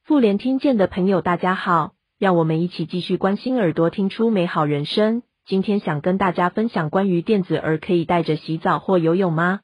妇联听见的朋友大家好，让我们一起继续关心耳朵听出美好人生。今天想跟大家分享关于电子耳可以带着洗澡或游泳吗？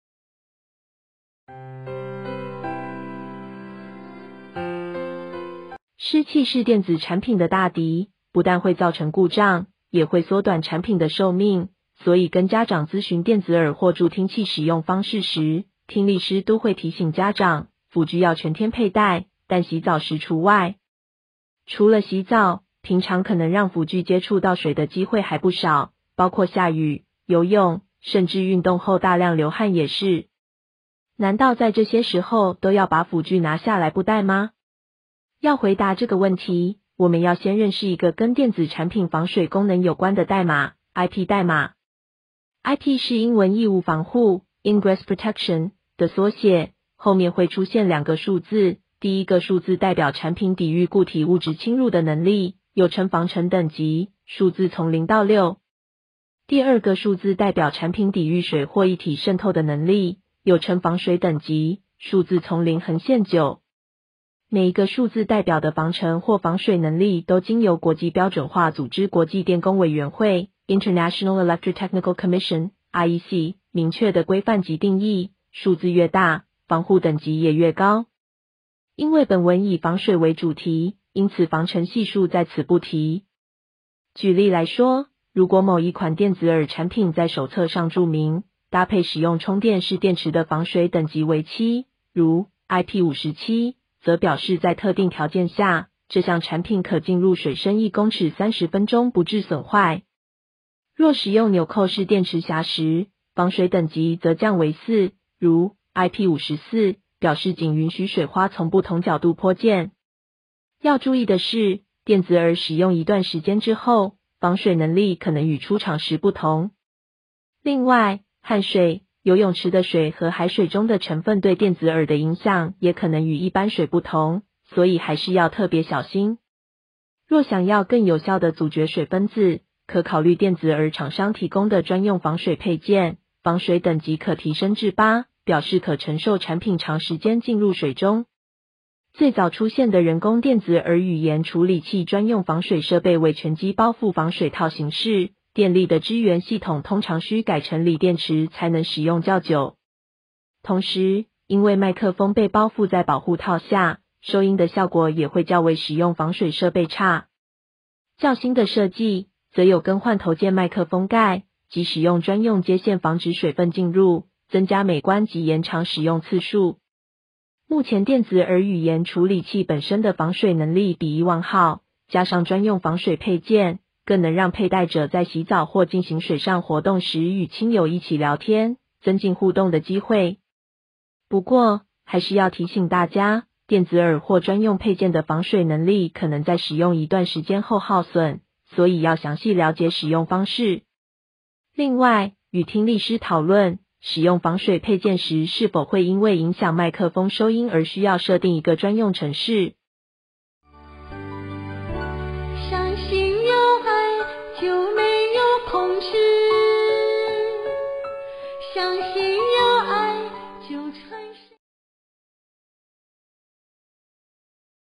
湿气是电子产品的大敌，不但会造成故障，也会缩短产品的寿命，所以跟家长咨询电子耳或助听器使用方式时，听力师都会提醒家长，辅具要全天佩戴，但洗澡时除外。除了洗澡，平常可能让辅具接触到水的机会还不少，包括下雨、游泳，甚至运动后大量流汗也是。难道在这些时候都要把辅具拿下来不戴吗？要回答这个问题，我们要先认识一个跟电子产品防水功能有关的代码 IP 代码。IP 是英文异物防护 Ingress Protection 的缩写，后面会出现两个数字，第一个数字代表产品抵御固体物质侵入的能力，又称防尘等级，数字从0到6。第二个数字代表产品抵御水或液体渗透的能力，又称防水等级，数字从0横线9。每一个数字代表的防尘或防水能力都经由国际标准化组织国际电工委员会 International Electrotechnical Commission (IEC) 明确的规范及定义，数字越大，防护等级也越高。因为本文以防水为主题，因此防尘系数在此不提。举例来说，如果某一款电子耳产品在手册上注明，搭配使用充电式电池的防水等级为7，如 IP57，则表示在特定条件下，这项产品可进入水深1公尺30分钟不致损坏。若使用纽扣式电池匣时，防水等级则降为4，如 IP54，表示仅允许水花从不同角度泼溅。要注意的是，电子耳使用一段时间之后，防水能力可能与出厂时不同。另外，汗水、游泳池的水和海水中的成分对电子耳的影响也可能与一般水不同，所以还是要特别小心。若想要更有效地阻绝水分子，可考虑电子耳厂商提供的专用防水配件，防水等级可提升至8，表示可承受产品长时间进入水中。最早出现的人工电子耳语言处理器专用防水设备为全机包覆防水套形式，电力的支援系统通常需改成锂电池才能使用较久。同时，因为麦克风被包覆在保护套下，收音的效果也会较为使用防水设备差。较新的设计则有更换头件麦克风盖及使用专用接线防止水分进入，增加美观及延长使用次数。目前电子耳语言处理器本身的防水能力比以往好，加上专用防水配件，更能让佩戴者在洗澡或进行水上活动时与亲友一起聊天，增进互动的机会。不过，还是要提醒大家，电子耳或专用配件的防水能力可能在使用一段时间后耗损，所以要详细了解使用方式。另外，与听力师讨论使用防水配件时是否会因为影响麦克风收音而需要设定一个专用程式。 相信有爱就没